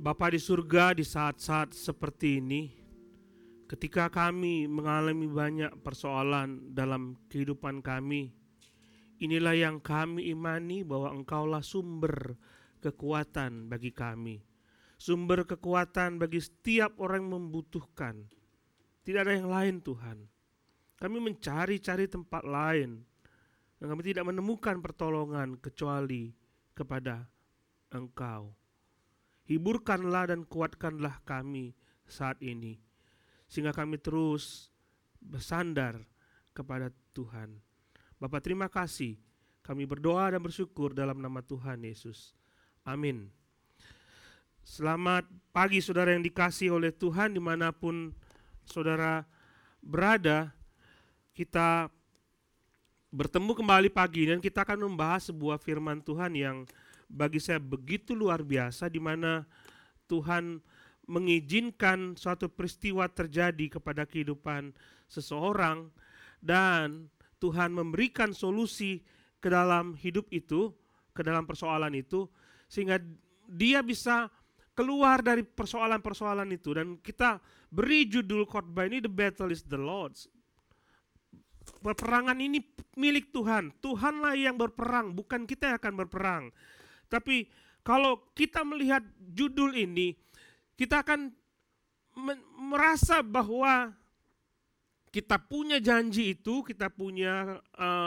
Bapa di surga, di saat-saat seperti ini, ketika kami mengalami banyak persoalan dalam kehidupan kami, inilah yang kami imani bahwa Engkaulah sumber kekuatan bagi kami. Sumber kekuatan bagi setiap orang yang membutuhkan. Tidak ada yang lain Tuhan. Kami mencari-cari tempat lain, dan kami tidak menemukan pertolongan kecuali kepada Engkau. Hiburkanlah dan kuatkanlah kami saat ini, sehingga kami terus bersandar kepada Tuhan. Bapa, terima kasih. Kami berdoa dan bersyukur dalam nama Tuhan Yesus. Amin. Selamat pagi saudara yang dikasihi oleh Tuhan dimanapun saudara berada. Kita bertemu kembali pagi dan kita akan membahas sebuah firman Tuhan yang bagi saya begitu luar biasa, di mana Tuhan mengizinkan suatu peristiwa terjadi kepada kehidupan seseorang dan Tuhan memberikan solusi ke dalam hidup itu, ke dalam persoalan itu, sehingga dia bisa keluar dari persoalan-persoalan itu. Dan kita beri judul khotbah ini, The Battle is the Lord's. Peperangan ini milik Tuhan. Tuhanlah yang berperang, bukan kita yang akan berperang. Tapi kalau kita melihat judul ini, kita akan merasa bahwa kita punya janji itu, kita punya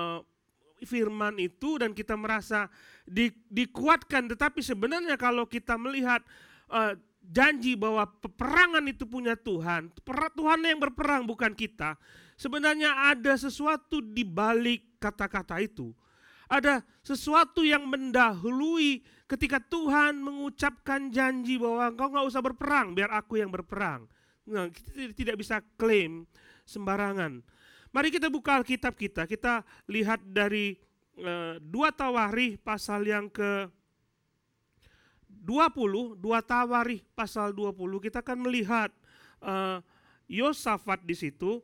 firman itu, dan kita merasa dikuatkan. Tetapi sebenarnya kalau kita melihat janji bahwa peperangan itu punya Tuhan, Tuhan yang berperang bukan kita, sebenarnya ada sesuatu di balik kata-kata itu. Ada sesuatu yang mendahului ketika Tuhan mengucapkan janji bahwa engkau gak usah berperang, biar aku yang berperang. Nah, kita tidak bisa klaim sembarangan. Mari kita buka Alkitab kita lihat dari 2 Tawarikh pasal yang ke 20, 2 Tawarikh pasal 20, kita akan melihat Yosafat di situ.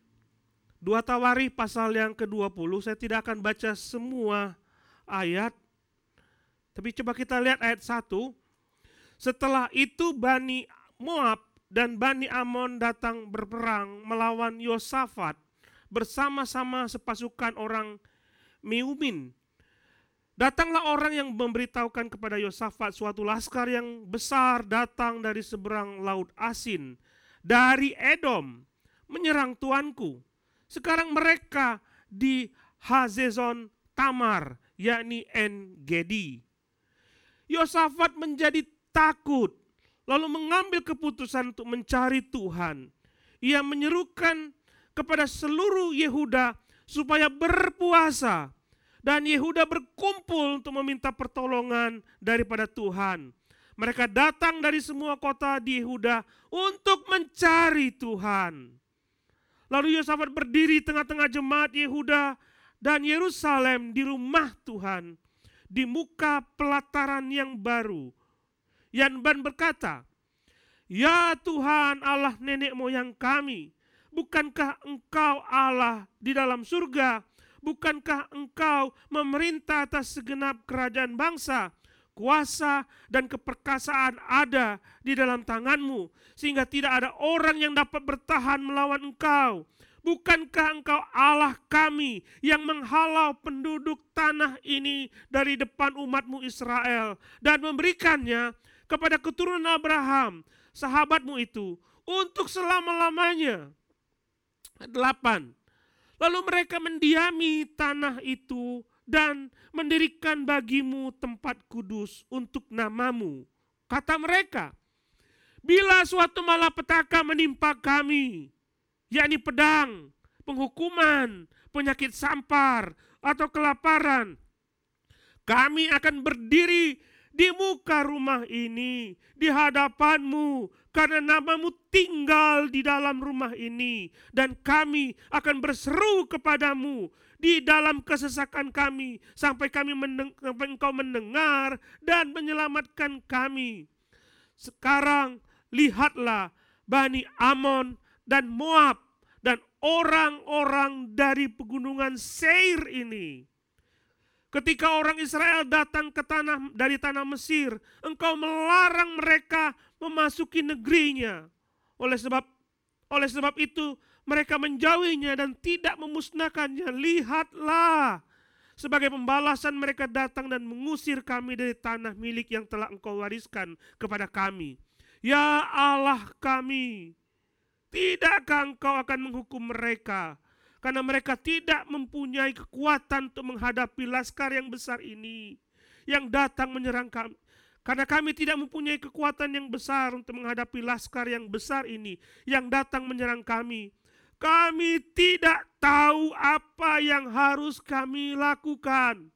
2 Tawarikh pasal yang ke-20, saya tidak akan baca semua ayat, tapi coba kita lihat ayat 1. Setelah itu Bani Moab dan Bani Amon datang berperang melawan Yosafat bersama-sama sepasukan orang Meumin. Datanglah orang yang memberitahukan kepada Yosafat, suatu laskar yang besar datang dari seberang laut Asin, dari Edom, menyerang tuanku. Sekarang mereka di Hazezon Tamar, yakni En-Gedi. Yosafat menjadi takut, lalu mengambil keputusan untuk mencari Tuhan. Ia menyerukan kepada seluruh Yehuda supaya berpuasa, dan Yehuda berkumpul untuk meminta pertolongan daripada Tuhan. Mereka datang dari semua kota di Yehuda untuk mencari Tuhan. Lalu Yosafat berdiri tengah-tengah jemaat Yehuda dan Yerusalem di rumah Tuhan, di muka pelataran yang baru. Dan berkata, "Ya Tuhan Allah nenek moyang kami, bukankah Engkau Allah di dalam surga? Bukankah Engkau memerintah atas segenap kerajaan bangsa? Kuasa dan keperkasaan ada di dalam tangan-Mu, sehingga tidak ada orang yang dapat bertahan melawan Engkau. Bukankah Engkau Allah kami yang menghalau penduduk tanah ini dari depan umat-Mu Israel dan memberikannya kepada keturunan Abraham, sahabat-Mu itu, untuk selama-lamanya?" 8. Lalu mereka mendiami tanah itu dan mendirikan bagimu tempat kudus untuk namamu. Kata mereka, "Bila suatu malapetaka menimpa kami, yakni pedang, penghukuman, penyakit sampar, atau kelaparan, kami akan berdiri di muka rumah ini, di hadapan-Mu, karena nama-Mu tinggal di dalam rumah ini, dan kami akan berseru kepadamu di dalam kesesakan kami, sampai Engkau mendengar dan menyelamatkan kami. Sekarang lihatlah Bani Amon dan Moab dan orang-orang dari pegunungan Seir ini. Ketika orang Israel datang ke dari tanah Mesir, engkau melarang mereka memasuki negerinya. Oleh sebab itu mereka menjauhinya dan tidak memusnahkannya. Lihatlah, sebagai pembalasan mereka datang dan mengusir kami dari tanah milik yang telah engkau wariskan kepada kami. Ya Allah kami, tidakkah engkau akan menghukum mereka? Karena mereka tidak mempunyai kekuatan untuk menghadapi laskar yang besar ini yang datang menyerang kami. Karena kami tidak mempunyai kekuatan yang besar untuk menghadapi laskar yang besar ini yang datang menyerang kami. Kami tidak tahu apa yang harus kami lakukan.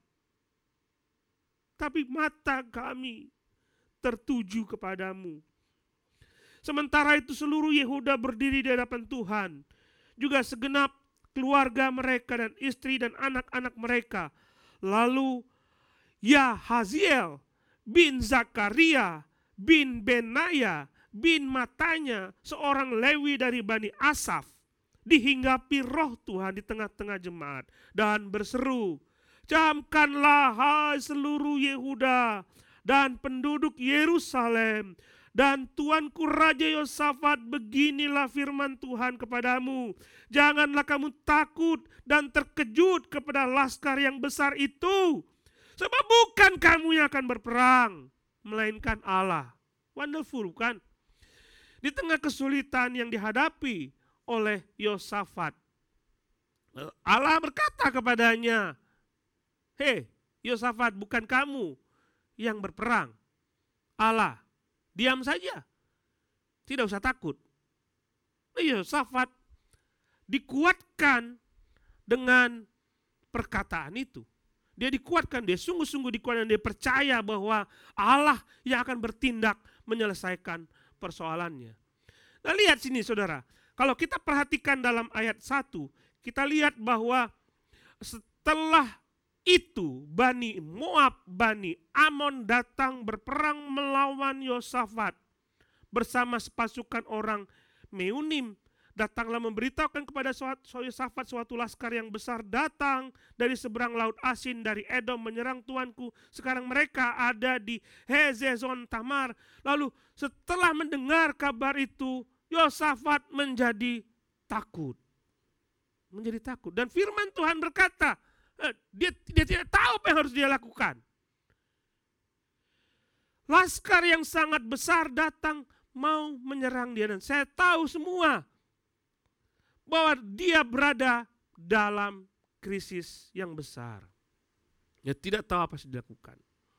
Tapi mata kami tertuju kepadamu. Sementara itu seluruh Yehuda berdiri di hadapan Tuhan. Juga segenap keluarga mereka dan istri dan anak-anak mereka. Lalu Yahaziel bin Zakaria bin Benaya bin Matanya, seorang Lewi dari Bani Asaf, dihinggapi roh Tuhan di tengah-tengah jemaat dan berseru, camkanlah hai seluruh Yehuda dan penduduk Yerusalem dan tuanku Raja Yosafat, beginilah firman Tuhan kepadamu. Janganlah kamu takut dan terkejut kepada laskar yang besar itu. Sebab bukan kamu yang akan berperang, melainkan Allah. Wonderful kan? Di tengah kesulitan yang dihadapi oleh Yosafat, Allah berkata kepadanya, hei Yosafat, bukan kamu yang berperang, Allah. Diam saja, tidak usah takut. Yosafat dikuatkan dengan perkataan itu. Dia dikuatkan, dia sungguh-sungguh dikuatkan, dia percaya bahwa Allah yang akan bertindak menyelesaikan persoalannya. Nah lihat sini saudara, kalau kita perhatikan dalam ayat 1, kita lihat bahwa setelah itu Bani Moab, Bani Amon datang berperang melawan Yosafat bersama sepasukan orang Meunim. Datanglah memberitahukan kepada Yosafat suatu laskar yang besar datang dari seberang laut Asin dari Edom menyerang tuanku. Sekarang mereka ada di Hezezon Tamar. Lalu setelah mendengar kabar itu, Yosafat menjadi takut. Dan firman Tuhan berkata, dia tidak tahu apa yang harus dia lakukan. Laskar yang sangat besar datang mau menyerang dia, dan saya tahu semua bahwa dia berada dalam krisis yang besar. Dia tidak tahu apa yang harus dilakukan.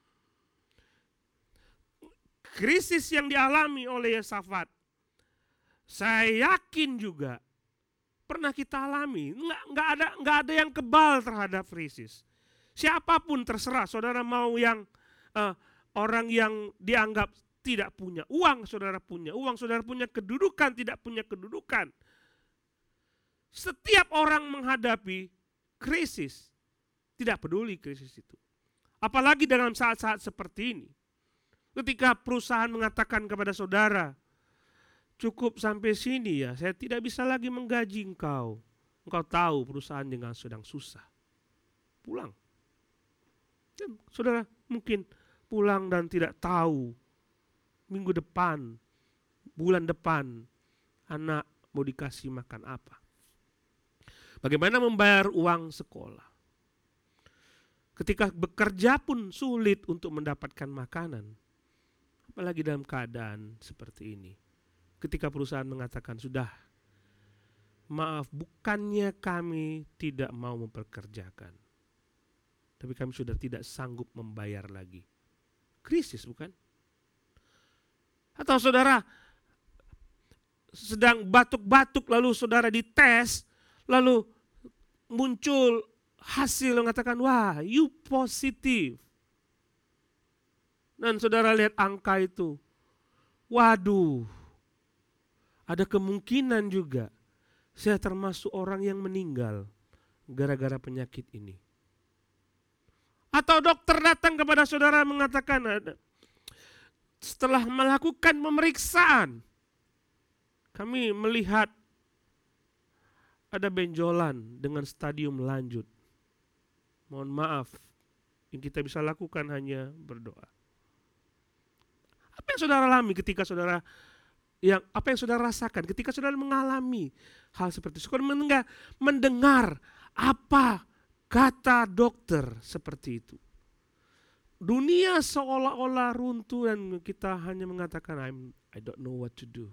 Krisis yang dialami oleh Yosafat, saya yakin juga pernah kita alami. Nggak ada yang kebal terhadap krisis. Siapapun terserah, saudara mau yang orang yang dianggap tidak punya uang, saudara punya uang, saudara punya kedudukan, tidak punya kedudukan. Setiap orang menghadapi krisis, tidak peduli krisis itu. Apalagi dalam saat-saat seperti ini. Ketika perusahaan mengatakan kepada saudara, cukup sampai sini ya, saya tidak bisa lagi menggaji engkau. Engkau tahu perusahaan dengan sedang susah. Pulang. Dan saudara mungkin pulang dan tidak tahu minggu depan, bulan depan, anak mau dikasih makan apa. Bagaimana membayar uang sekolah. Ketika bekerja pun sulit untuk mendapatkan makanan. Apalagi dalam keadaan seperti ini. Ketika perusahaan mengatakan, sudah, maaf, bukannya kami tidak mau mempekerjakan, tapi kami sudah tidak sanggup membayar lagi. Krisis bukan? Atau saudara sedang batuk-batuk, lalu saudara dites, lalu muncul hasil yang mengatakan, wah, you positif. Dan saudara lihat angka itu, waduh, ada kemungkinan juga saya termasuk orang yang meninggal gara-gara penyakit ini. Atau dokter datang kepada saudara mengatakan, setelah melakukan pemeriksaan, kami melihat ada benjolan dengan stadium lanjut. Mohon maaf, Yang kita bisa lakukan hanya berdoa. Apa yang saudara alami ketika saudara apa yang saudara rasakan ketika saudara mengalami hal seperti itu? Saudara mendengar apa kata dokter seperti itu. Dunia seolah-olah runtuh dan kita hanya mengatakan I don't know what to do.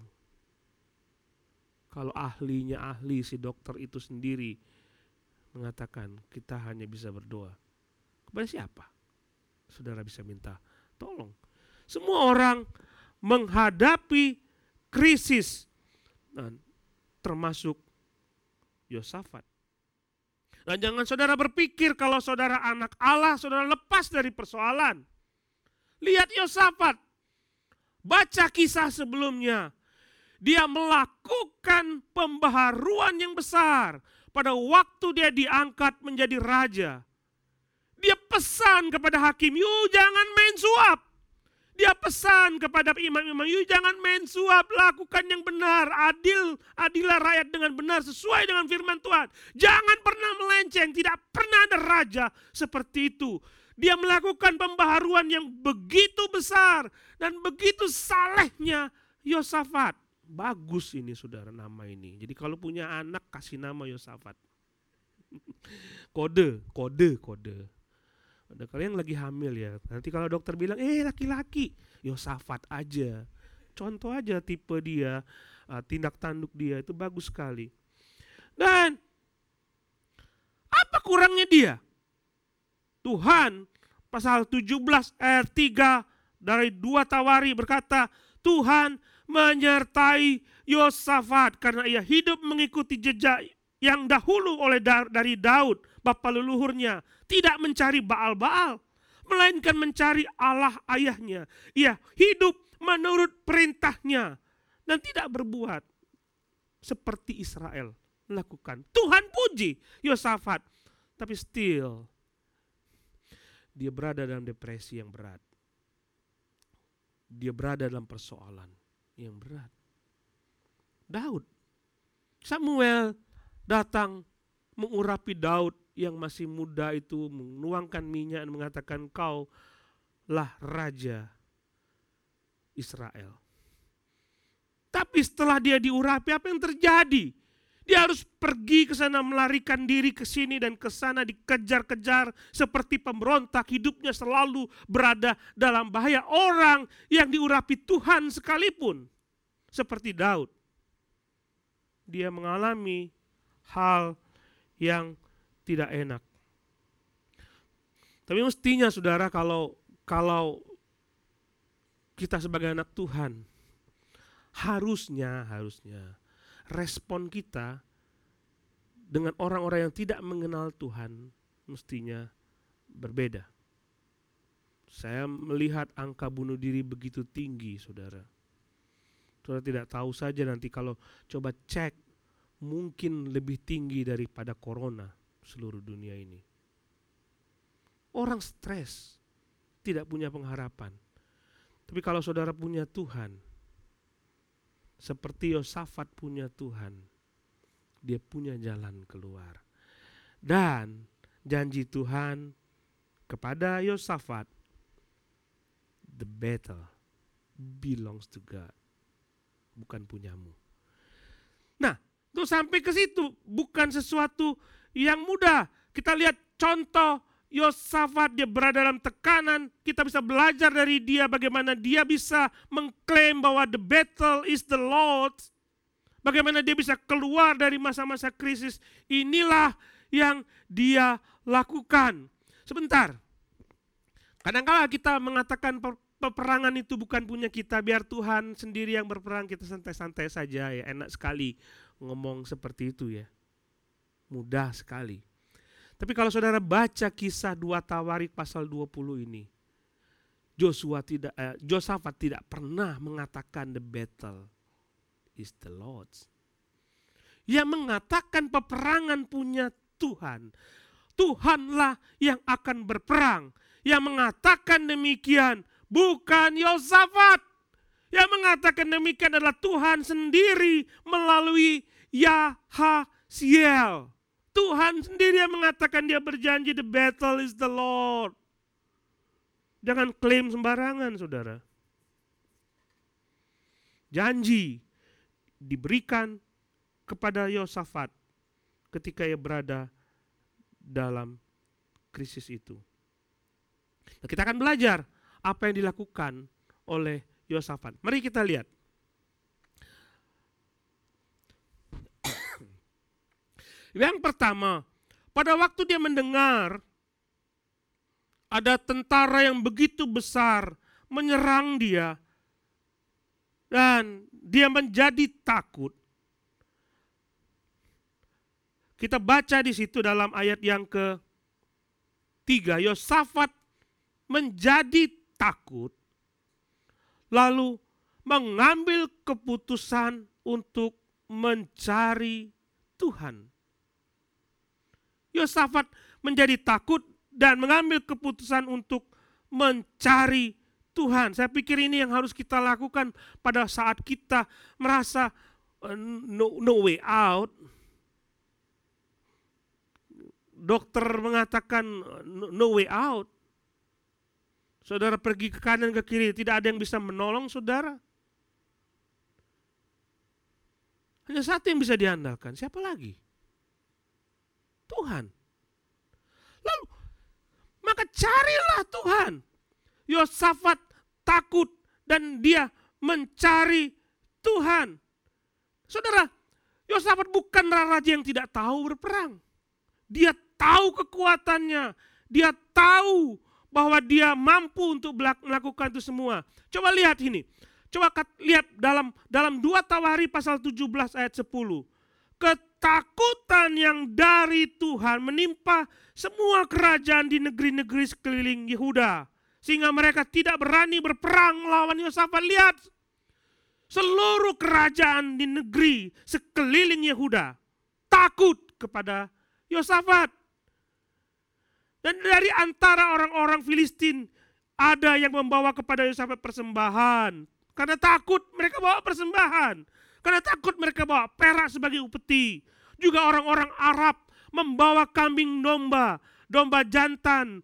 Kalau ahli si dokter itu sendiri mengatakan kita hanya bisa berdoa. Kepada siapa? Saudara bisa minta tolong. Semua orang menghadapi krisis, termasuk Yosafat. Dan jangan saudara berpikir kalau saudara anak Allah, saudara lepas dari persoalan. Lihat Yosafat, baca kisah sebelumnya. Dia melakukan pembaharuan yang besar pada waktu dia diangkat menjadi raja. Dia pesan kepada hakim, jangan main suap. Dia pesan kepada imam-imam, jangan main suap, lakukan yang benar, adilah rakyat dengan benar sesuai dengan firman Tuhan. Jangan pernah melenceng, tidak pernah ada raja seperti itu. Dia melakukan pembaharuan yang begitu besar dan begitu salehnya Yosafat. Bagus ini saudara nama ini. Jadi kalau punya anak kasih nama Yosafat. Kode. Ada kalian lagi hamil ya. Nanti kalau dokter bilang, laki-laki, Yosafat aja. Contoh aja tipe dia, tindak tanduk dia itu bagus sekali. Dan apa kurangnya dia? Tuhan pasal 17 ayat 3 dari 2 Tawari berkata, Tuhan menyertai Yosafat karena ia hidup mengikuti jejak yang dahulu dari Daud, bapa leluhurnya, tidak mencari Baal-Baal, melainkan mencari Allah ayahnya. Ia hidup menurut perintahnya dan tidak berbuat seperti Israel melakukan. Tuhan puji Yosafat, tapi still dia berada dalam depresi yang berat. Dia berada dalam persoalan yang berat. Daud, Samuel datang mengurapi Daud yang masih muda itu, menuangkan minyak dan mengatakan kau lah raja Israel. Tapi setelah dia diurapi, apa yang terjadi? Dia harus pergi ke sana, melarikan diri ke sini dan ke sana, dikejar-kejar seperti pemberontak. Hidupnya selalu berada dalam bahaya. Orang yang diurapi Tuhan sekalipun, seperti Daud, dia mengalami hal yang tidak enak. Tapi mestinya saudara, kalau kita sebagai anak Tuhan, harusnya respon kita dengan orang-orang yang tidak mengenal Tuhan mestinya berbeda. Saya melihat angka bunuh diri begitu tinggi, saudara. Saudara tidak tahu saja nanti kalau coba cek, mungkin lebih tinggi daripada corona seluruh dunia ini. Orang stres, tidak punya pengharapan. Tapi kalau saudara punya Tuhan, seperti Yosafat punya Tuhan, dia punya jalan keluar. Dan janji Tuhan kepada Yosafat, the battle belongs to God, bukan punyamu. Nah, tuh sampai ke situ bukan sesuatu yang mudah. Kita lihat contoh Yosafat, dia berada dalam tekanan. Kita bisa belajar dari dia bagaimana dia bisa mengklaim bahwa the battle is the Lord's. Bagaimana dia bisa keluar dari masa-masa krisis. Inilah yang dia lakukan. Sebentar. Kadang-kala kita mengatakan peperangan itu bukan punya kita, biar Tuhan sendiri yang berperang, kita santai-santai saja ya. Enak sekali ngomong seperti itu ya. Mudah sekali. Tapi kalau saudara baca kisah 2 Tawarik pasal 20 ini, Yosafat tidak pernah mengatakan the battle is the Lord's. Ia mengatakan peperangan punya Tuhan. Tuhanlah yang akan berperang. Yang mengatakan demikian bukan Yosafat. Yang mengatakan demikian adalah Tuhan sendiri melalui Yahasiel. Tuhan sendiri yang mengatakan, dia berjanji the battle is the Lord. Jangan klaim sembarangan, saudara. Janji diberikan kepada Yosafat ketika ia berada dalam krisis itu. Nah, kita akan belajar apa yang dilakukan oleh Yosafat. Mari kita lihat. Yang pertama, pada waktu dia mendengar ada tentara yang begitu besar menyerang dia dan dia menjadi takut. Kita baca di situ dalam ayat yang ke-3, Yosafat menjadi takut lalu mengambil keputusan untuk mencari Tuhan. Yosafat menjadi takut dan mengambil keputusan untuk mencari Tuhan. Saya pikir ini yang harus kita lakukan pada saat kita merasa no way out. Dokter mengatakan no way out. Saudara pergi ke kanan ke kiri, tidak ada yang bisa menolong saudara. Hanya satu yang bisa diandalkan, siapa lagi? Tuhan. Lalu, maka carilah Tuhan. Yosafat takut dan dia mencari Tuhan. Saudara, Yosafat bukan raja yang tidak tahu berperang. Dia tahu kekuatannya. Dia tahu bahwa dia mampu untuk melakukan itu semua. Coba lihat ini. Coba lihat dalam 2 Tawari pasal 17 ayat 10. Ketakutan yang dari Tuhan menimpa semua kerajaan di negeri-negeri sekeliling Yehuda. Sehingga mereka tidak berani berperang melawan Yosafat. Lihat, seluruh kerajaan di negeri sekeliling Yehuda takut kepada Yosafat. Dan dari antara orang-orang Filistin ada yang membawa kepada Yosafat persembahan. Karena takut mereka bawa persembahan. Karena takut mereka bawa perak sebagai upeti. Juga orang-orang Arab membawa kambing domba jantan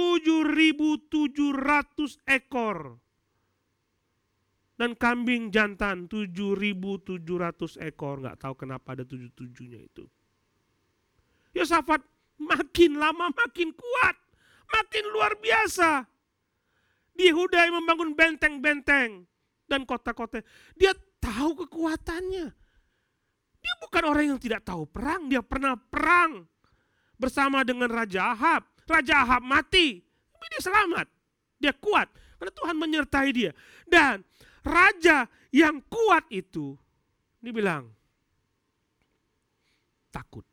7.700 ekor. Dan kambing jantan 7.700 ekor. Nggak tahu kenapa ada 77-nya itu. Yosafat makin lama makin kuat. Makin luar biasa. Di Yehuda yang membangun benteng-benteng dan kota-kota. Dia tahu kekuatannya. Dia bukan orang yang tidak tahu perang. Dia pernah perang bersama dengan Raja Ahab. Raja Ahab mati, tapi dia selamat. Dia kuat karena Tuhan menyertai dia. Dan raja yang kuat itu dibilang takut.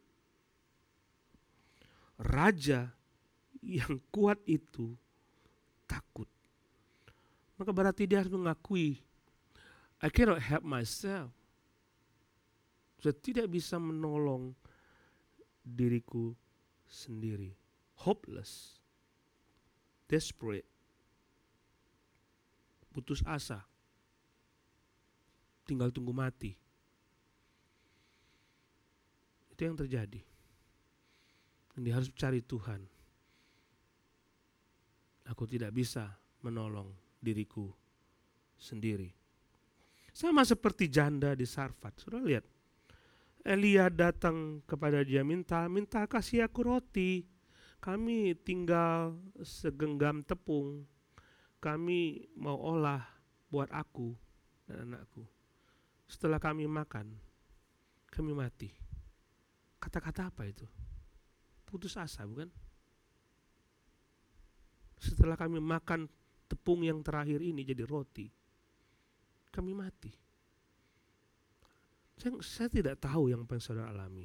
Raja yang kuat itu takut. Maka berarti dia harus mengakui, I cannot help myself. Saya tidak bisa menolong diriku sendiri. Hopeless. Desperate. Putus asa. Tinggal tunggu mati. Itu yang terjadi. Dan dia harus cari Tuhan. Aku tidak bisa menolong diriku sendiri. Sama seperti janda di Sarfat. Saudara lihat. Elia datang kepada dia, minta kasih aku roti. Kami tinggal segenggam tepung. Kami mau olah buat aku dan anakku. Setelah kami makan, kami mati. Kata-kata apa itu? Putus asa, bukan? Setelah kami makan tepung yang terakhir ini jadi roti, kami mati. Saya tidak tahu yang saudara alami.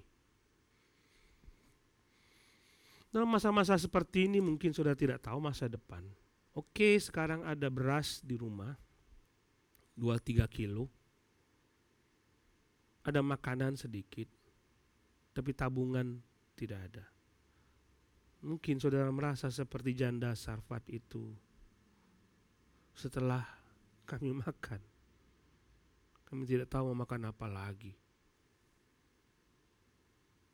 Dalam masa-masa seperti ini mungkin saudara tidak tahu masa depan. Oke, sekarang ada beras di rumah, 2-3 kilo. Ada makanan sedikit, tapi tabungan tidak ada. Mungkin saudara merasa seperti janda Sarfat itu. Setelah kami makan, kami tidak tahu mau makan apa lagi.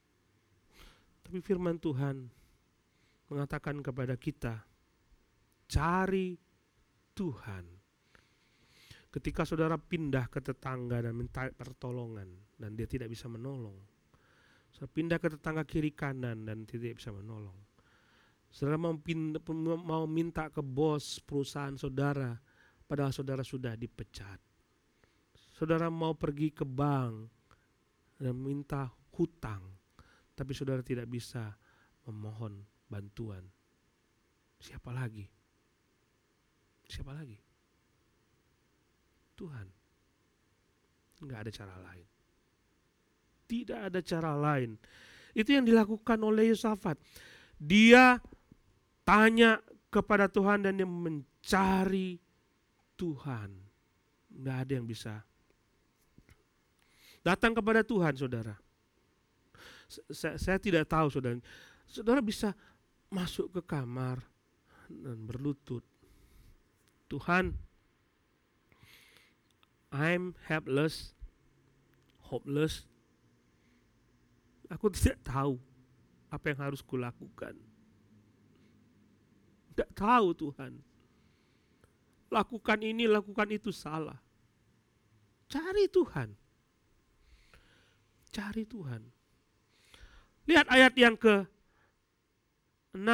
Tapi firman Tuhan mengatakan kepada kita, mencari Tuhan. Ketika saudara pindah ke tetangga dan minta pertolongan dan dia tidak bisa menolong, saudara pindah ke tetangga kiri kanan dan tidak bisa menolong, saudara mau minta ke bos perusahaan saudara, padahal saudara sudah dipecat. Saudara mau pergi ke bank dan minta hutang, tapi saudara tidak bisa memohon bantuan. Siapa lagi? Siapa lagi? Tuhan. Enggak ada cara lain. Tidak ada cara lain. Itu yang dilakukan oleh Yosafat. Dia tanya kepada Tuhan dan dia mencari Tuhan. Enggak ada yang bisa datang kepada Tuhan, saudara. Saya tidak tahu, saudara. Saudara bisa masuk ke kamar dan berlutut. Tuhan, I'm helpless, hopeless. Aku tidak tahu apa yang harus kulakukan. Tidak tahu Tuhan. Lakukan ini, lakukan itu salah. Cari Tuhan. Cari Tuhan. Lihat ayat yang ke-6.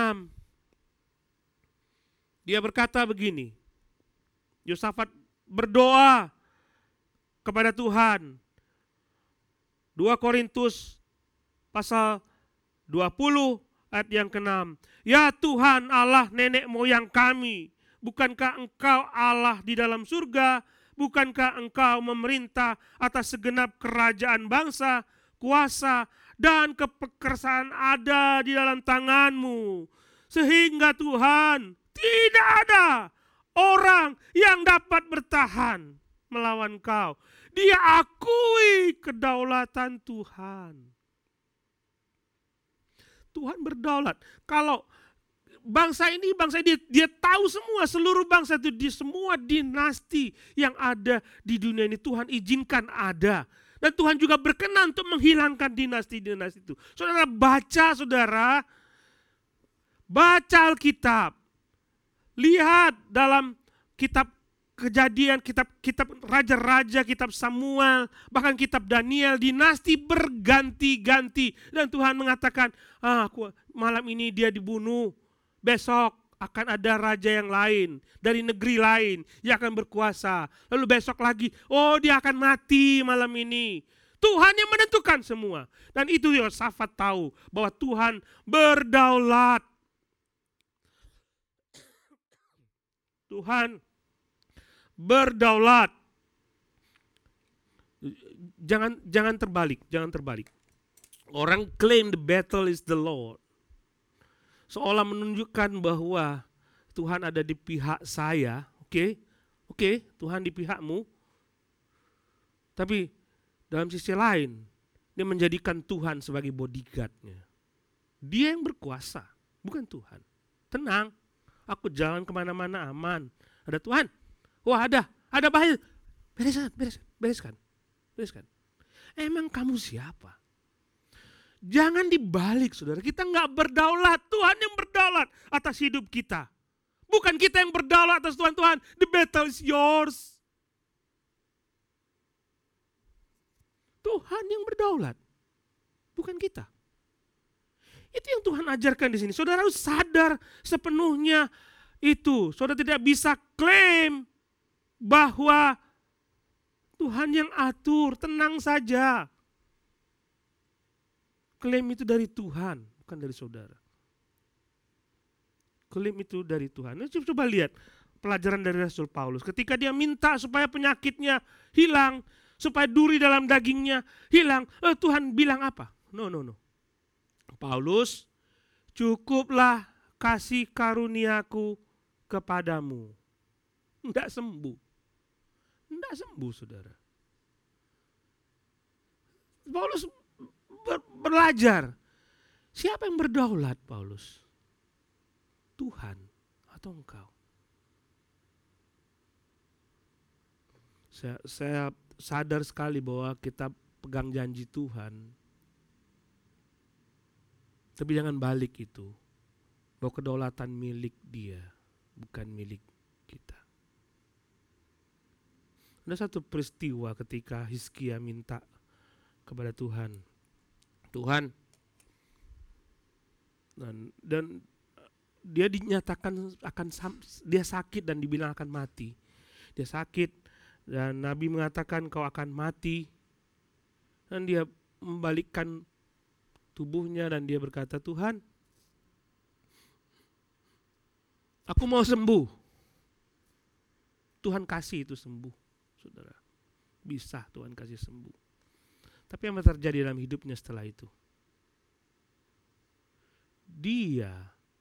Dia berkata begini. Yosafat berdoa kepada Tuhan. 2 Korintus pasal 20 ayat yang ke-6. Ya Tuhan Allah nenek moyang kami, bukankah Engkau Allah di dalam surga? Bukankah Engkau memerintah atas segenap kerajaan bangsa, kuasa, dan keperkasaan ada di dalam tangan-Mu? Sehingga Tuhan, tidak ada orang yang dapat bertahan melawan Kau. Dia akui kedaulatan Tuhan. Tuhan berdaulat. Kalau bangsa ini dia tahu semua, seluruh bangsa itu, di semua dinasti yang ada di dunia ini Tuhan izinkan ada. Dan Tuhan juga berkenan untuk menghilangkan dinasti-dinasti itu. Saudara baca Alkitab. Lihat dalam kitab Kejadian, kitab raja-raja, kitab Samuel, bahkan kitab Daniel, dinasti berganti-ganti. Dan Tuhan mengatakan, malam ini dia dibunuh, besok akan ada raja yang lain, dari negeri lain, yang akan berkuasa. Lalu besok lagi, dia akan mati malam ini. Tuhan yang menentukan semua. Dan itu Yosafat tahu, bahwa Tuhan berdaulat. Tuhan berdaulat. Jangan terbalik. Orang claim the battle is the Lord. Seolah menunjukkan bahwa Tuhan ada di pihak saya. Oke, Tuhan di pihakmu. Tapi dalam sisi lain, dia menjadikan Tuhan sebagai bodyguard-nya. Dia yang berkuasa, bukan Tuhan. Tenang, aku jalan kemana-mana aman. Ada Tuhan. Wah ada bahaya. Bereskan. Emang kamu siapa? Jangan dibalik, saudara. Kita nggak berdaulat. Tuhan yang berdaulat atas hidup kita. Bukan kita yang berdaulat atas Tuhan. The battle is yours. Tuhan yang berdaulat. Bukan kita. Itu yang Tuhan ajarkan di sini. Saudara harus sadar sepenuhnya itu. Saudara tidak bisa klaim bahwa Tuhan yang atur, tenang saja. Klaim itu dari Tuhan, bukan dari saudara. Klaim itu dari Tuhan. Coba lihat pelajaran dari Rasul Paulus. Ketika dia minta supaya penyakitnya hilang, supaya duri dalam dagingnya hilang, Tuhan bilang apa? No. Paulus, cukuplah kasih karuniaku kepadamu. Tidak sembuh, saudara. Paulus belajar. Siapa yang berdaulat, Paulus? Tuhan atau engkau? Saya sadar sekali bahwa kita pegang janji Tuhan. Tapi jangan balik itu. Bahwa kedaulatan milik Dia. bukan milik kita. Ada satu peristiwa ketika Hizkia minta kepada Tuhan, Tuhan, dan dia dinyatakan dia sakit dan dibilang akan mati. Dia sakit dan Nabi mengatakan kau akan mati. Dan dia membalikkan tubuhnya dan dia berkata, Tuhan, aku mau sembuh. Tuhan kasih itu sembuh, saudara. Bisa Tuhan kasih sembuh. Tapi apa yang terjadi dalam hidupnya setelah itu? Dia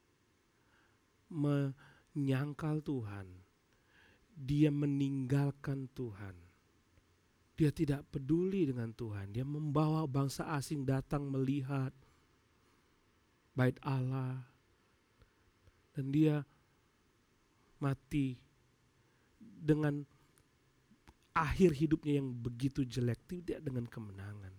menyangkal Tuhan. Dia meninggalkan Tuhan. Dia tidak peduli dengan Tuhan. Dia membawa bangsa asing datang melihat bait Allah. Dan dia mati dengan akhir hidupnya yang begitu jelek, tidak dengan kemenangan.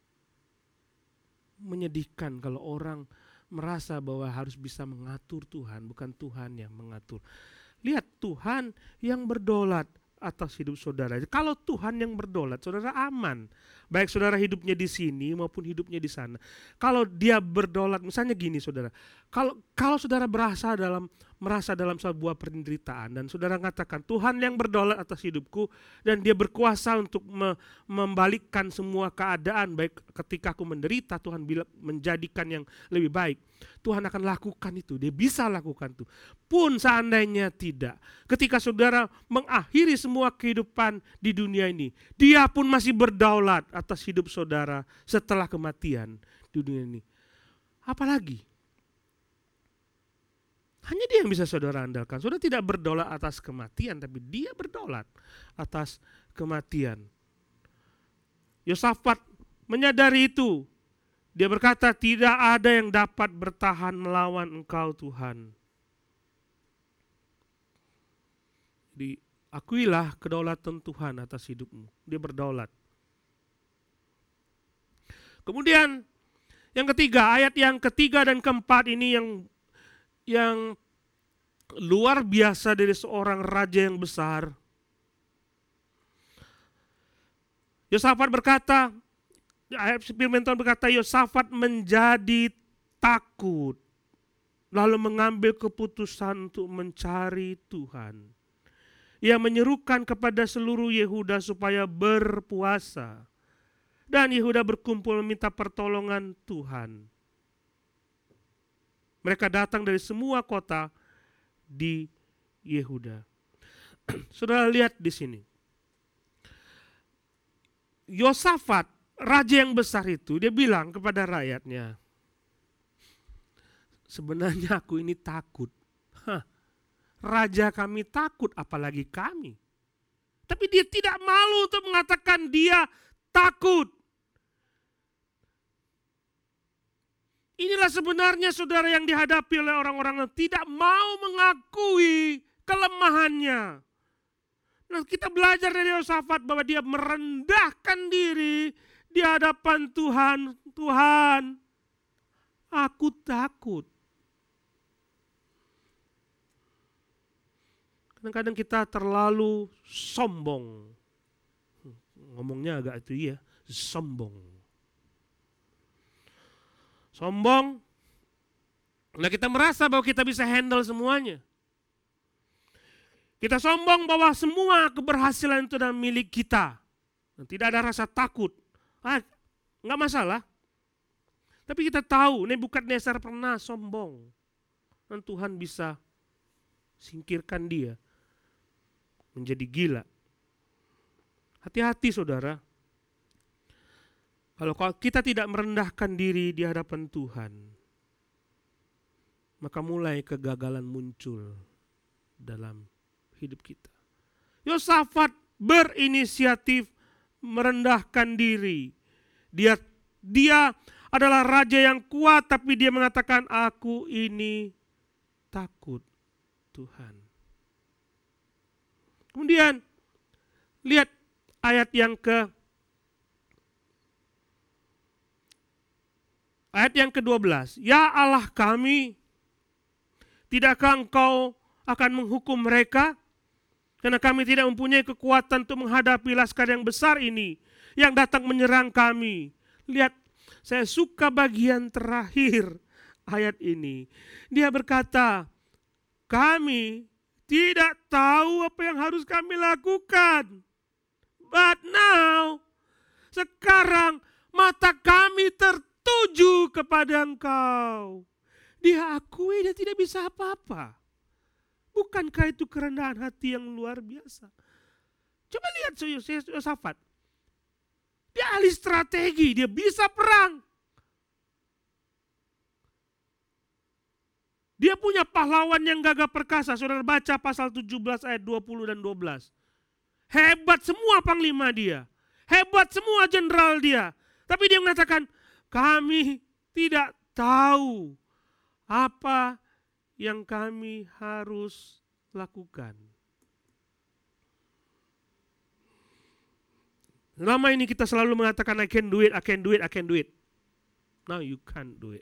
Menyedihkan kalau orang merasa bahwa harus bisa mengatur Tuhan, bukan Tuhan yang mengatur. Lihat, Tuhan yang berdaulat atas hidup saudara. Kalau Tuhan yang berdaulat, saudara aman. Baik saudara hidupnya di sini maupun hidupnya di sana. Kalau dia berdaulat, misalnya gini saudara. Kalau saudara merasa dalam sebuah penderitaan dan saudara mengatakan Tuhan yang berdaulat atas hidupku dan dia berkuasa untuk membalikkan semua keadaan, baik ketika aku menderita Tuhan menjadikan yang lebih baik. Tuhan akan lakukan itu, dia bisa lakukan itu. Pun seandainya tidak, ketika saudara mengakhiri semua kehidupan di dunia ini, dia pun masih berdaulat atas hidup saudara setelah kematian di dunia ini. Apalagi? Hanya dia yang bisa saudara andalkan. Saudara tidak berdaulat atas kematian, tapi dia berdaulat atas kematian. Yosafat menyadari itu. Dia berkata, tidak ada yang dapat bertahan melawan Engkau Tuhan. Jadi akuilah kedaulatan Tuhan atas hidupmu. Dia berdaulat. Kemudian yang ketiga, ayat yang ketiga dan keempat ini yang luar biasa dari seorang raja yang besar. Yosafat berkata, ayat firman Tuhan berkata, Yosafat menjadi takut, lalu mengambil keputusan untuk mencari Tuhan. Ia menyerukan kepada seluruh Yehuda supaya berpuasa. Dan Yehuda berkumpul meminta pertolongan Tuhan. Mereka datang dari semua kota di Yehuda. Saudara lihat di sini. Yosafat, raja yang besar itu, dia bilang kepada rakyatnya, sebenarnya aku ini takut. Raja kami takut, apalagi kami. Tapi dia tidak malu untuk mengatakan dia takut. Inilah sebenarnya saudara yang dihadapi oleh orang-orang yang tidak mau mengakui kelemahannya. Nah, kita belajar dari Yosafat bahwa dia merendahkan diri di hadapan Tuhan. Tuhan, aku takut. Kadang-kadang kita terlalu sombong. Ngomongnya agak itu ya, sombong. Sombong. Nah, kita merasa bahwa kita bisa handle semuanya. Kita sombong bahwa semua keberhasilan itu adalah milik kita. Dan tidak ada rasa takut. Enggak masalah. Tapi kita tahu Nebukadnezar pernah sombong. Dan Tuhan bisa singkirkan dia. Menjadi gila. Hati-hati saudara. Kalau kita tidak merendahkan diri di hadapan Tuhan, maka mulai kegagalan muncul dalam hidup kita. Yosafat berinisiatif merendahkan diri. Dia adalah raja yang kuat, tapi dia mengatakan, aku ini takut Tuhan. Kemudian lihat ayat yang Ayat yang ke-12, ya Allah kami, tidakkah Engkau akan menghukum mereka, karena kami tidak mempunyai kekuatan untuk menghadapi laskar yang besar ini yang datang menyerang kami. Lihat, saya suka bagian terakhir ayat ini. Dia berkata, kami tidak tahu apa yang harus kami lakukan. But now, sekarang mata kami tertuju kepada Engkau. Dia akui dia tidak bisa apa-apa. Bukankah itu kerendahan hati yang luar biasa? Coba lihat Yosafat. Dia ahli strategi, dia bisa perang. Dia punya pahlawan yang gagah perkasa. Saudara baca pasal 17 ayat 20 dan 12. Hebat semua panglima dia. Hebat semua jenderal dia. Tapi dia mengatakan, kami tidak tahu apa yang kami harus lakukan. Selama ini kita selalu mengatakan, I can do it, I can do it, I can do it. Now you can't do it.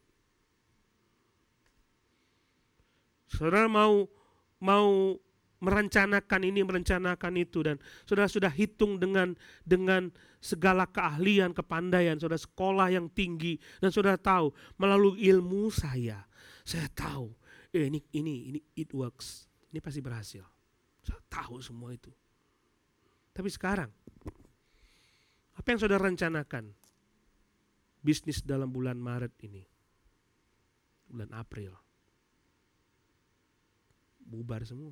Saudara mau merencanakan ini, merencanakan itu, dan saudara sudah hitung dengan segala keahlian, kepandaian, saudara sekolah yang tinggi, dan saudara tahu melalui ilmu saya tahu ini it works, ini pasti berhasil. Saya tahu semua itu. Tapi sekarang, apa yang saudara rencanakan? Bisnis dalam bulan Maret ini, bulan April, bubar semua.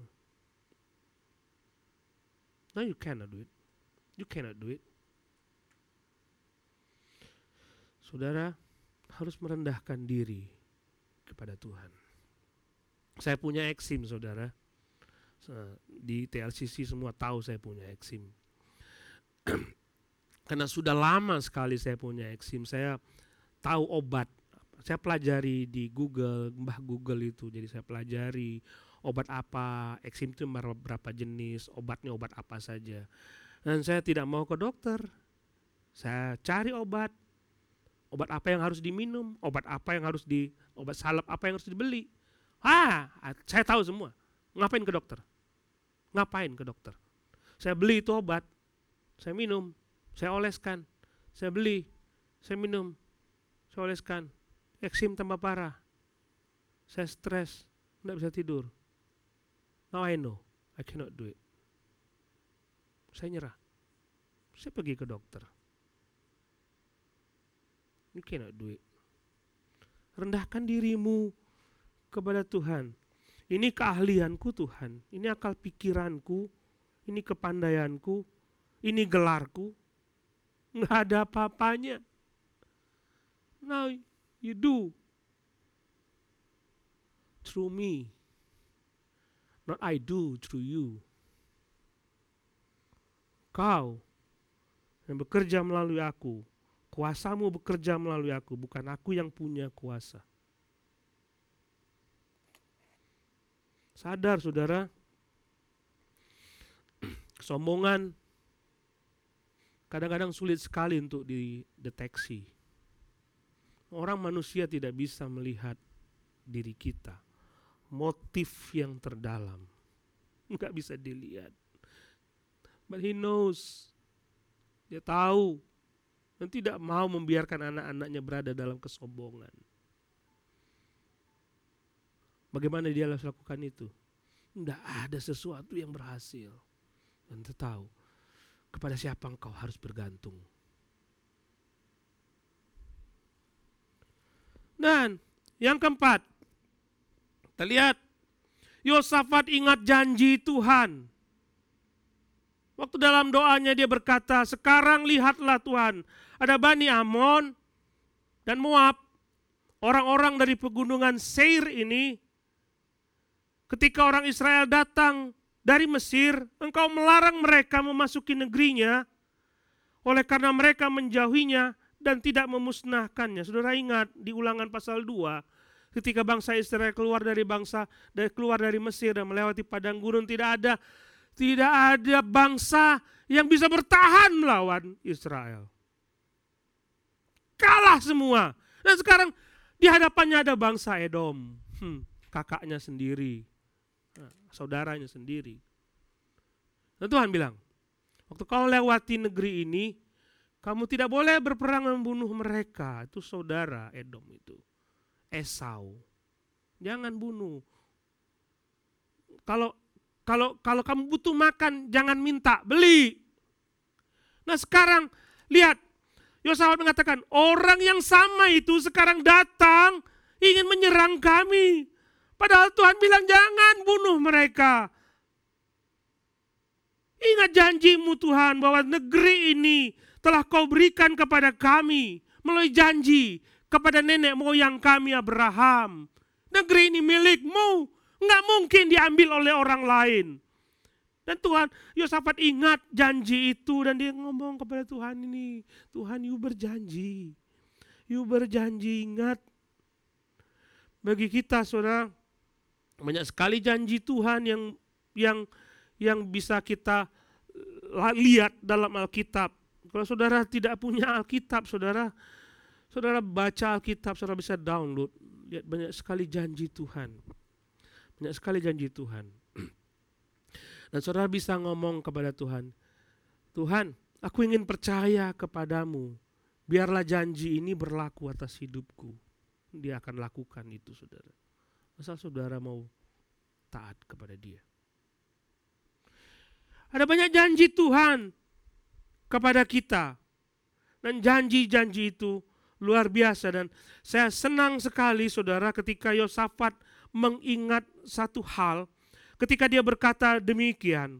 No, you cannot do it. You cannot do it. Saudara harus merendahkan diri kepada Tuhan. Saya punya eksim, saudara. Di TLCC semua tahu saya punya eksim. Karena sudah lama sekali saya punya eksim. Saya tahu obat. Saya pelajari di Google, Mbah Google itu. Jadi saya pelajari obat apa, eksim itu berapa jenis, obatnya obat apa saja. Dan saya tidak mau ke dokter. Saya cari obat apa yang harus diminum, obat salep apa yang harus dibeli. Saya tahu semua. Ngapain ke dokter? Saya beli itu obat, saya minum, saya oleskan, saya beli, saya minum, saya oleskan. Eksim tambah parah. Saya stres, tidak bisa tidur. Now I know, I cannot do it. Saya nyerah. Saya pergi ke dokter. You cannot do it. Rendahkan dirimu kepada Tuhan. Ini keahlianku Tuhan. Ini akal pikiranku. Ini kepandaianku. Ini gelarku. Nggak ada apa-apanya. Now you do. Through me. Not I do through you. Kau yang bekerja melalui aku. Kuasamu bekerja melalui aku. Bukan aku yang punya kuasa. Sadar saudara. Kesombongan kadang-kadang sulit sekali untuk dideteksi. Orang manusia tidak bisa melihat diri kita. Motif yang terdalam nggak bisa dilihat, but he knows, dia tahu, dan tidak mau membiarkan anak-anaknya berada dalam kesombongan. Bagaimana dia harus lakukan itu? Tidak ada sesuatu yang berhasil, dan tahu kepada siapa engkau harus bergantung. Dan yang keempat, kita lihat, Yosafat ingat janji Tuhan. Waktu dalam doanya dia berkata, sekarang lihatlah Tuhan, ada Bani Amon dan Moab, orang-orang dari pegunungan Seir ini, ketika orang Israel datang dari Mesir, engkau melarang mereka memasuki negerinya, oleh karena mereka menjauhinya dan tidak memusnahkannya. Saudara ingat di Ulangan pasal 2, ketika bangsa Israel keluar dari Mesir dan melewati padang gurun, tidak ada bangsa yang bisa bertahan melawan Israel. Kalah semua. Dan sekarang di hadapannya ada bangsa Edom, kakaknya sendiri. saudaranya sendiri. Dan Tuhan bilang, waktu kau lewati negeri ini, kamu tidak boleh berperang membunuh mereka. Itu saudara Edom itu, Esau. Jangan bunuh. Kalau kamu butuh makan, jangan minta, beli. Nah sekarang lihat, Yosafat mengatakan, orang yang sama itu sekarang datang ingin menyerang kami. Padahal Tuhan bilang jangan bunuh mereka. Ingat janjimu Tuhan bahwa negeri ini telah kau berikan kepada kami melalui janji kepada nenek moyang kami Abraham. Negeri ini milikmu, nggak mungkin diambil oleh orang lain. Dan Tuhan, Yosafat ingat janji itu dan dia ngomong kepada Tuhan ini, Tuhan you berjanji, ingat. Bagi kita saudara, banyak sekali janji Tuhan yang bisa kita lihat dalam Alkitab. Kalau saudara tidak punya Alkitab, saudara baca Alkitab, saudara bisa download. Lihat banyak sekali janji Tuhan. Banyak sekali janji Tuhan. Dan saudara bisa ngomong kepada Tuhan, Tuhan, aku ingin percaya kepadamu. Biarlah janji ini berlaku atas hidupku. Dia akan lakukan itu saudara. Asal saudara mau taat kepada dia. Ada banyak janji Tuhan kepada kita. Dan janji-janji itu luar biasa. Dan saya senang sekali saudara ketika Yosafat mengingat satu hal. Ketika dia berkata demikian.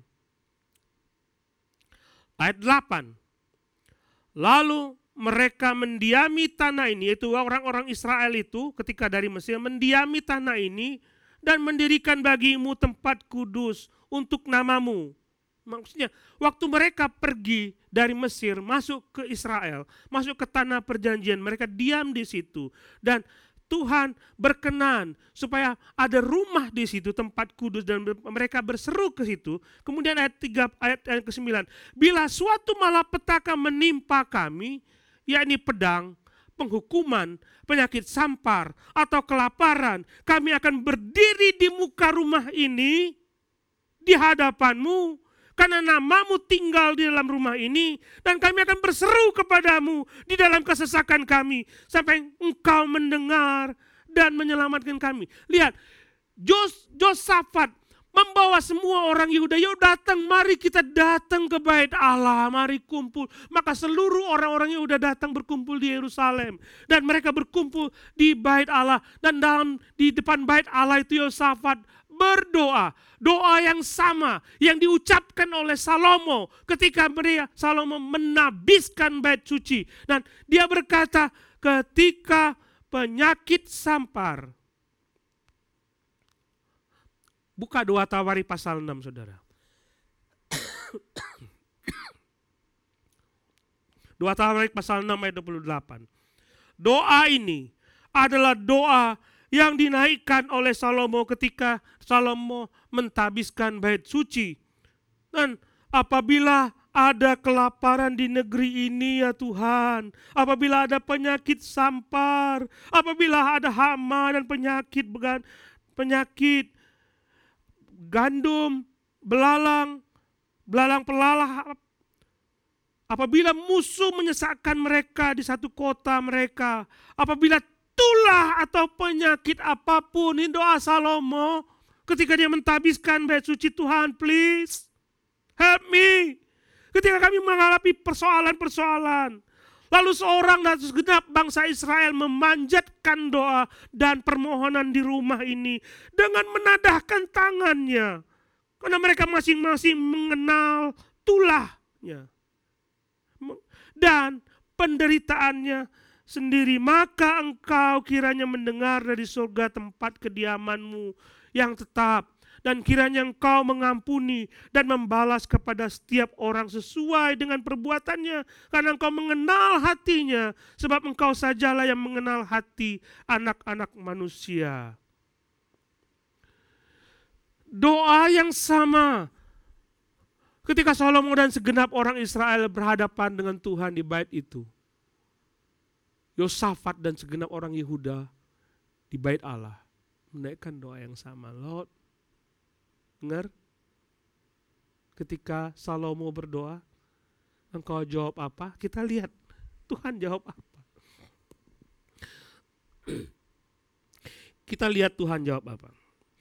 Ayat 8. Lalu mereka mendiami tanah ini, yaitu orang-orang Israel itu ketika dari Mesir mendiami tanah ini dan mendirikan bagimu tempat kudus untuk namamu. Maksudnya waktu mereka pergi dari Mesir masuk ke Israel, masuk ke tanah perjanjian, mereka diam di situ dan Tuhan berkenan supaya ada rumah di situ, tempat kudus, dan mereka berseru ke situ. Kemudian ayat ke-9, bila suatu malapetaka menimpa kami, yakni pedang, penghukuman, penyakit sampar, atau kelaparan, kami akan berdiri di muka rumah ini di hadapanmu, karena namamu tinggal di dalam rumah ini, dan kami akan berseru kepadamu di dalam kesesakan kami, sampai engkau mendengar dan menyelamatkan kami. Lihat, Yosafat membawa semua orang Yehuda, yuk datang, mari kita datang ke bait Allah, mari kumpul. Maka seluruh orang-orang Yehuda datang berkumpul di Yerusalem. Dan mereka berkumpul di bait Allah. Dan di depan bait Allah itu Yosafat berdoa. Doa yang sama yang diucapkan oleh Salomo ketika Salomo menabiskan bait suci. Dan dia berkata ketika penyakit sampar. Buka 2 Tawari pasal 6 saudara. 2 Tawari pasal 6 ayat 28. Doa ini adalah doa yang dinaikkan oleh Salomo ketika Salomo mentabiskan bait suci. Dan apabila ada kelaparan di negeri ini ya Tuhan, apabila ada penyakit sampar, apabila ada hama dan penyakit gandum, belalang pelalah, apabila musuh menyesakkan mereka di satu kota mereka, apabila tulah atau penyakit apapun, ini doa Salomo ketika dia mentabiskan bait suci, Tuhan please help me. Ketika kami menghadapi persoalan-persoalan, lalu seorang dan segenap bangsa Israel memanjatkan doa dan permohonan di rumah ini dengan menadahkan tangannya. Karena mereka masing-masing mengenal tulahnya dan penderitaannya sendiri. Maka engkau kiranya mendengar dari surga tempat kediamanmu yang tetap. Dan kiranya engkau mengampuni dan membalas kepada setiap orang sesuai dengan perbuatannya. Karena engkau mengenal hatinya, sebab engkau sajalah yang mengenal hati anak-anak manusia. Doa yang sama ketika Salomo dan segenap orang Israel berhadapan dengan Tuhan di bait itu. Yosafat dan segenap orang Yehuda di bait Allah menaikkan doa yang sama. Lord, Dengar? Ketika Salomo berdoa, engkau jawab apa? Kita lihat Tuhan jawab apa. Kita lihat Tuhan jawab apa.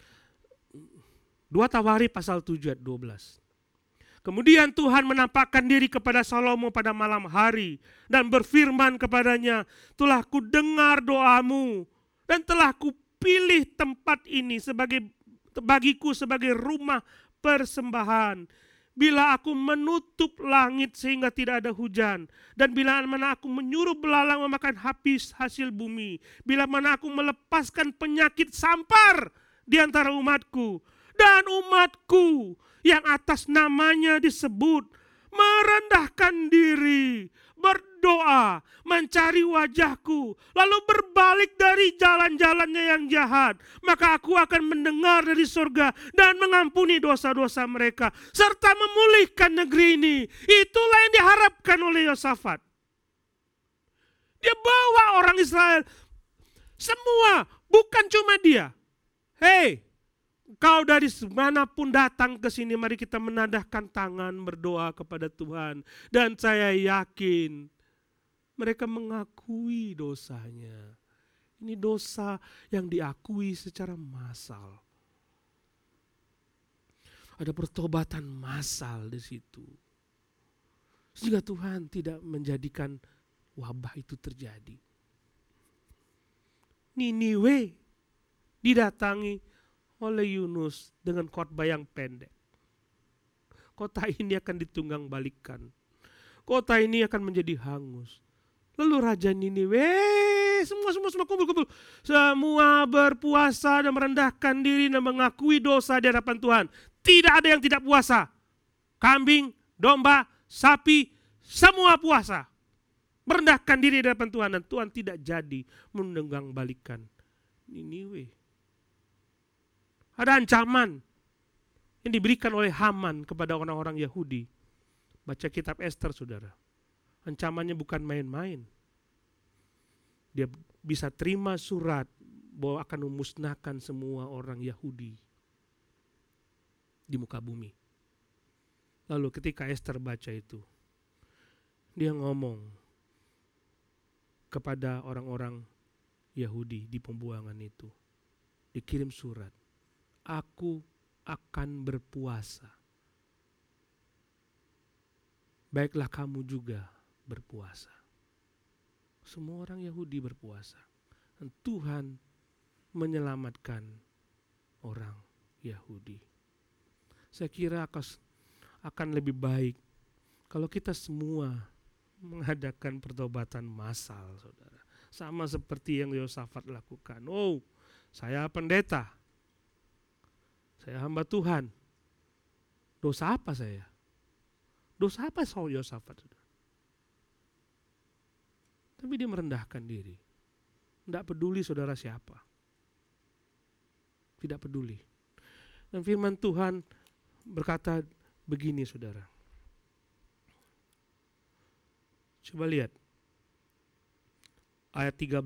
2 Tawari pasal 7 ayat 12. Kemudian Tuhan menampakkan diri kepada Salomo pada malam hari dan berfirman kepadanya, telah ku dengar doamu dan telah ku pilih tempat ini bagiku sebagai rumah persembahan. Bila aku menutup langit sehingga tidak ada hujan, dan bila mana aku menyuruh belalang memakan habis hasil bumi, bila mana aku melepaskan penyakit sampar di antara umatku, dan umatku yang atas namanya disebut merendahkan diri, berdoa, mencari wajahku, lalu berbalik dari jalan-jalannya yang jahat, maka aku akan mendengar dari surga dan mengampuni dosa-dosa mereka, serta memulihkan negeri ini. Itulah yang diharapkan oleh Yosafat. Dia bawa orang Israel, semua, bukan cuma dia. Hei, kau dari manapun datang ke sini, mari kita menadahkan tangan berdoa kepada Tuhan. Dan saya yakin mereka mengakui dosanya. Ini dosa yang diakui secara massal. Ada pertobatan massal di situ. Sehingga Tuhan tidak menjadikan wabah itu terjadi. Niniwe didatangi oleh Yunus dengan khotbah yang pendek. Kota ini akan ditunggang balikan. Kota ini akan menjadi hangus. Lalu Raja Niniwe, semua kumpul. Semua berpuasa dan merendahkan diri dan mengakui dosa di hadapan Tuhan. Tidak ada yang tidak puasa. Kambing, domba, sapi, semua puasa. Merendahkan diri di hadapan Tuhan, dan Tuhan tidak jadi menunggang balikan Niniwe. Ada ancaman yang diberikan oleh Haman kepada orang-orang Yahudi. Baca kitab Esther, saudara. Ancamannya bukan main-main. Dia bisa terima surat bahwa akan memusnahkan semua orang Yahudi di muka bumi. Lalu ketika Esther baca itu, dia ngomong kepada orang-orang Yahudi di pembuangan itu. Dikirim surat. Aku akan berpuasa. Baiklah kamu juga berpuasa. Semua orang Yahudi berpuasa. Dan Tuhan menyelamatkan orang Yahudi. Saya kira akan lebih baik kalau kita semua mengadakan pertobatan massal, saudara. Sama seperti yang Yosafat lakukan. Oh, saya pendeta. Saya hamba Tuhan. Dosa apa saya? Dosa apa soal Yosafat? Tapi dia merendahkan diri. Tidak peduli saudara siapa. Tidak peduli. Dan firman Tuhan berkata begini, saudara. Coba lihat. Ayat 13.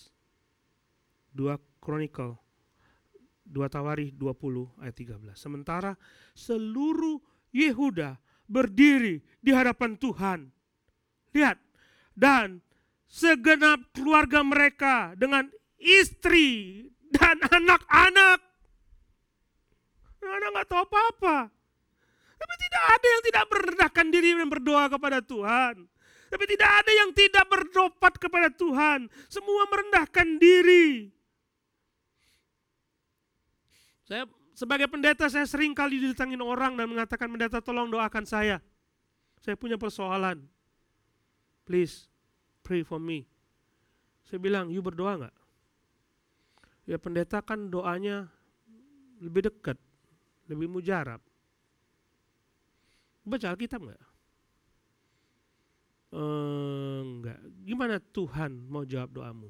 2 Chronicle 2 Tawarikh 20 ayat 13. Sementara seluruh Yehuda berdiri di hadapan Tuhan. Lihat. Dan segenap keluarga mereka dengan istri dan anak-anak. Anak nggak tahu apa-apa. Tapi tidak ada yang tidak merendahkan diri dan berdoa kepada Tuhan. Tapi tidak ada yang tidak bertobat kepada Tuhan. Semua merendahkan diri. Saya sebagai pendeta, saya sering kali didatangin orang dan mengatakan, pendeta tolong doakan saya. Saya punya persoalan. Please pray for me. Saya bilang, you berdoa gak? Ya pendeta kan doanya lebih dekat, lebih mujarab. Baca Alkitab gak? Enggak. Gimana Tuhan mau jawab doamu?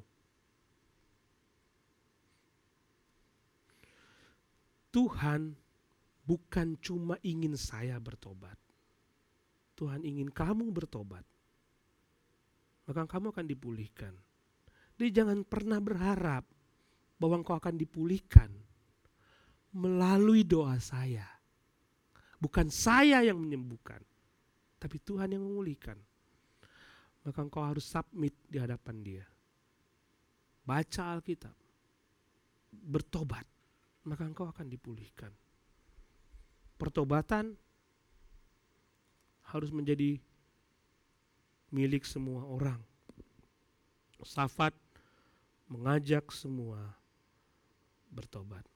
Tuhan bukan cuma ingin saya bertobat. Tuhan ingin kamu bertobat. Maka kamu akan dipulihkan. Jadi jangan pernah berharap bahwa engkau akan dipulihkan melalui doa saya. Bukan saya yang menyembuhkan, tapi Tuhan yang memulihkan. Maka engkau harus submit di hadapan Dia. Baca Alkitab, bertobat, maka engkau akan dipulihkan. Pertobatan harus menjadi milik semua orang. Yosafat mengajak semua bertobat.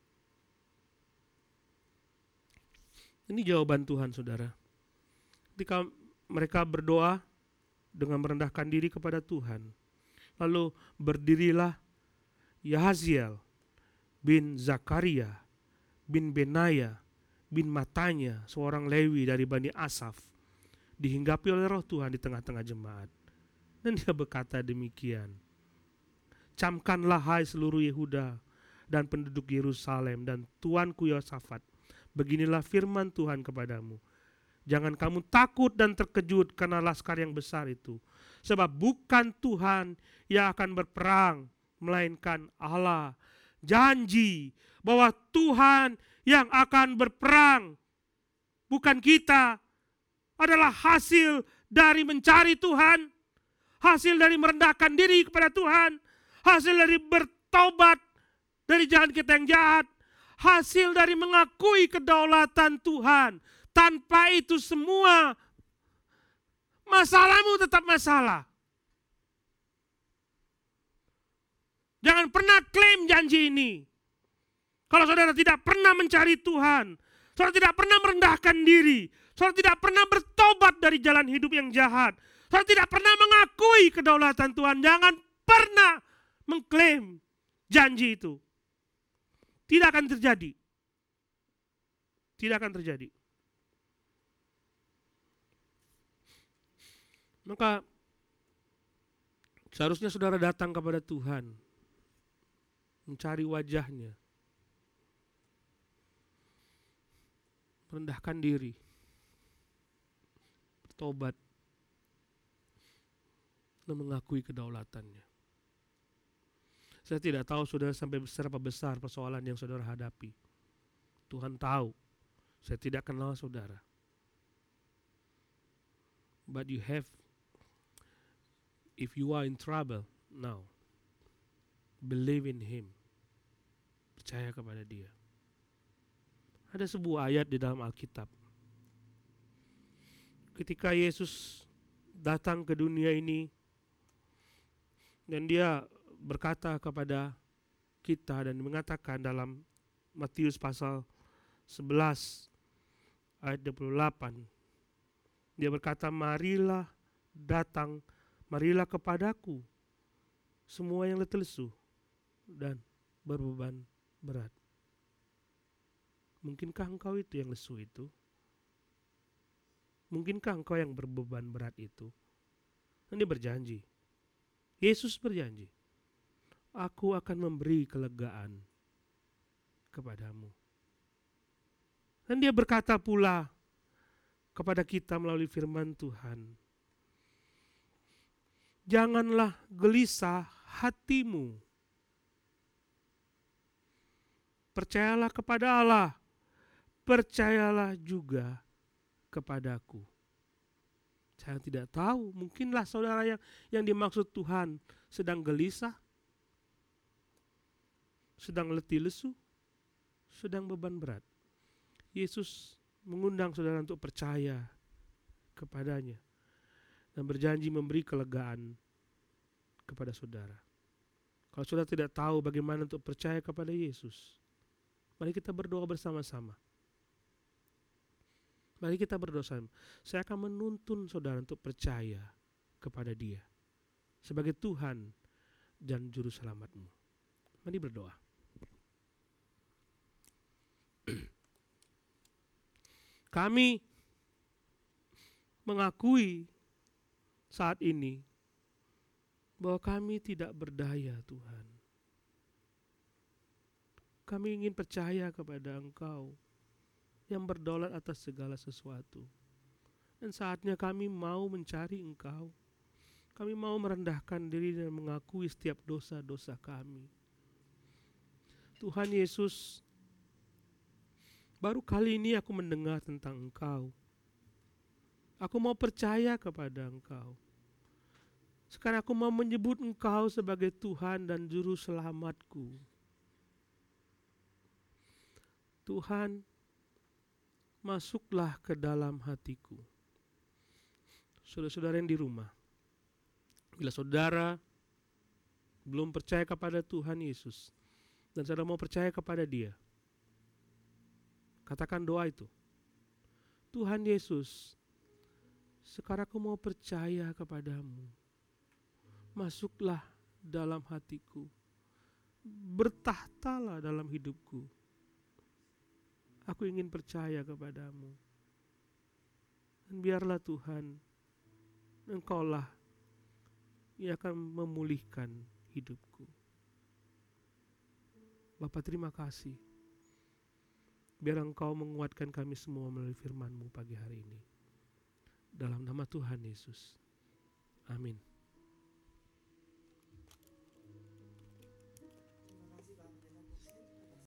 Ini jawaban Tuhan, saudara. Ketika mereka berdoa dengan merendahkan diri kepada Tuhan, lalu berdirilah Yahaziel bin Zakaria bin Benaya bin Matanya, seorang Lewi dari Bani Asaf, dihinggapi oleh Roh Tuhan di tengah-tengah jemaat. Dan dia berkata demikian, camkanlah hai seluruh Yehuda dan penduduk Yerusalem dan tuanku Yosafat, beginilah firman Tuhan kepadamu. Jangan kamu takut dan terkejut karena laskar yang besar itu. Sebab bukan Tuhan yang akan berperang, melainkan Allah. Janji bahwa Tuhan yang akan berperang, bukan kita, adalah hasil dari mencari Tuhan, hasil dari merendahkan diri kepada Tuhan, hasil dari bertobat dari jalan kita yang jahat, hasil dari mengakui kedaulatan Tuhan. Tanpa itu semua, masalahmu tetap masalah. Jangan pernah klaim janji ini. Kalau saudara tidak pernah mencari Tuhan, saudara tidak pernah merendahkan diri, saudara tidak pernah bertobat dari jalan hidup yang jahat, saudara tidak pernah mengakui kedaulatan Tuhan, jangan pernah mengklaim janji itu. Tidak akan terjadi. Tidak akan terjadi. Maka seharusnya saudara datang kepada Tuhan, mencari wajahnya, merendahkan diri, bertobat, dan mengakui kedaulatannya. Saya tidak tahu saudara sampai seberapa besar persoalan yang saudara hadapi. Tuhan tahu, saya tidak kenal saudara. But you have, if you are in trouble now, believe in Him. Percaya kepada Dia. Ada sebuah ayat di dalam Alkitab. Ketika Yesus datang ke dunia ini, dan Dia berkata kepada kita dan mengatakan dalam Matius pasal 11 ayat 28, Dia berkata, marilah datang, marilah kepadaku semua yang letih lesu dan berbeban berat. Mungkinkah engkau itu yang lesu itu? Mungkinkah engkau yang berbeban berat itu? Dan Dia berjanji, Yesus berjanji, aku akan memberi kelegaan kepadamu. Dan Dia berkata pula kepada kita melalui firman Tuhan, janganlah gelisah hatimu. Percayalah kepada Allah, percayalah juga kepadaku. Saya tidak tahu, mungkinlah saudara yang dimaksud Tuhan sedang gelisah, sedang letih lesu, sedang beban berat. Yesus mengundang saudara untuk percaya kepadanya dan berjanji memberi kelegaan kepada saudara. Kalau saudara tidak tahu bagaimana untuk percaya kepada Yesus, mari kita berdoa bersama-sama. Mari kita berdoa sama. Saya akan menuntun saudara untuk percaya kepada Dia sebagai Tuhan dan Juru Selamatmu. Mari berdoa. Kami mengakui saat ini bahwa kami tidak berdaya, Tuhan. Kami ingin percaya kepada Engkau yang berdaulat atas segala sesuatu. Dan saatnya kami mau mencari Engkau. Kami mau merendahkan diri dan mengakui setiap dosa-dosa kami. Tuhan Yesus, Baru kali ini aku mendengar tentang Engkau. Aku mau percaya kepada Engkau. Sekarang aku mau menyebut Engkau sebagai Tuhan dan Juru Selamatku. Tuhan, masuklah ke dalam hatiku. Saudara-saudara yang di rumah, bila saudara belum percaya kepada Tuhan Yesus dan saudara mau percaya kepada Dia, katakan doa itu. Tuhan Yesus, sekarang aku mau percaya kepadamu. Masuklah dalam hatiku. Bertahtalah dalam hidupku. Aku ingin percaya kepadamu. Dan biarlah Tuhan, Engkaulah yang akan memulihkan hidupku. Bapa, terima kasih. Biar Engkau menguatkan kami semua melalui firman-Mu pagi hari ini. Dalam nama Tuhan Yesus. Amin.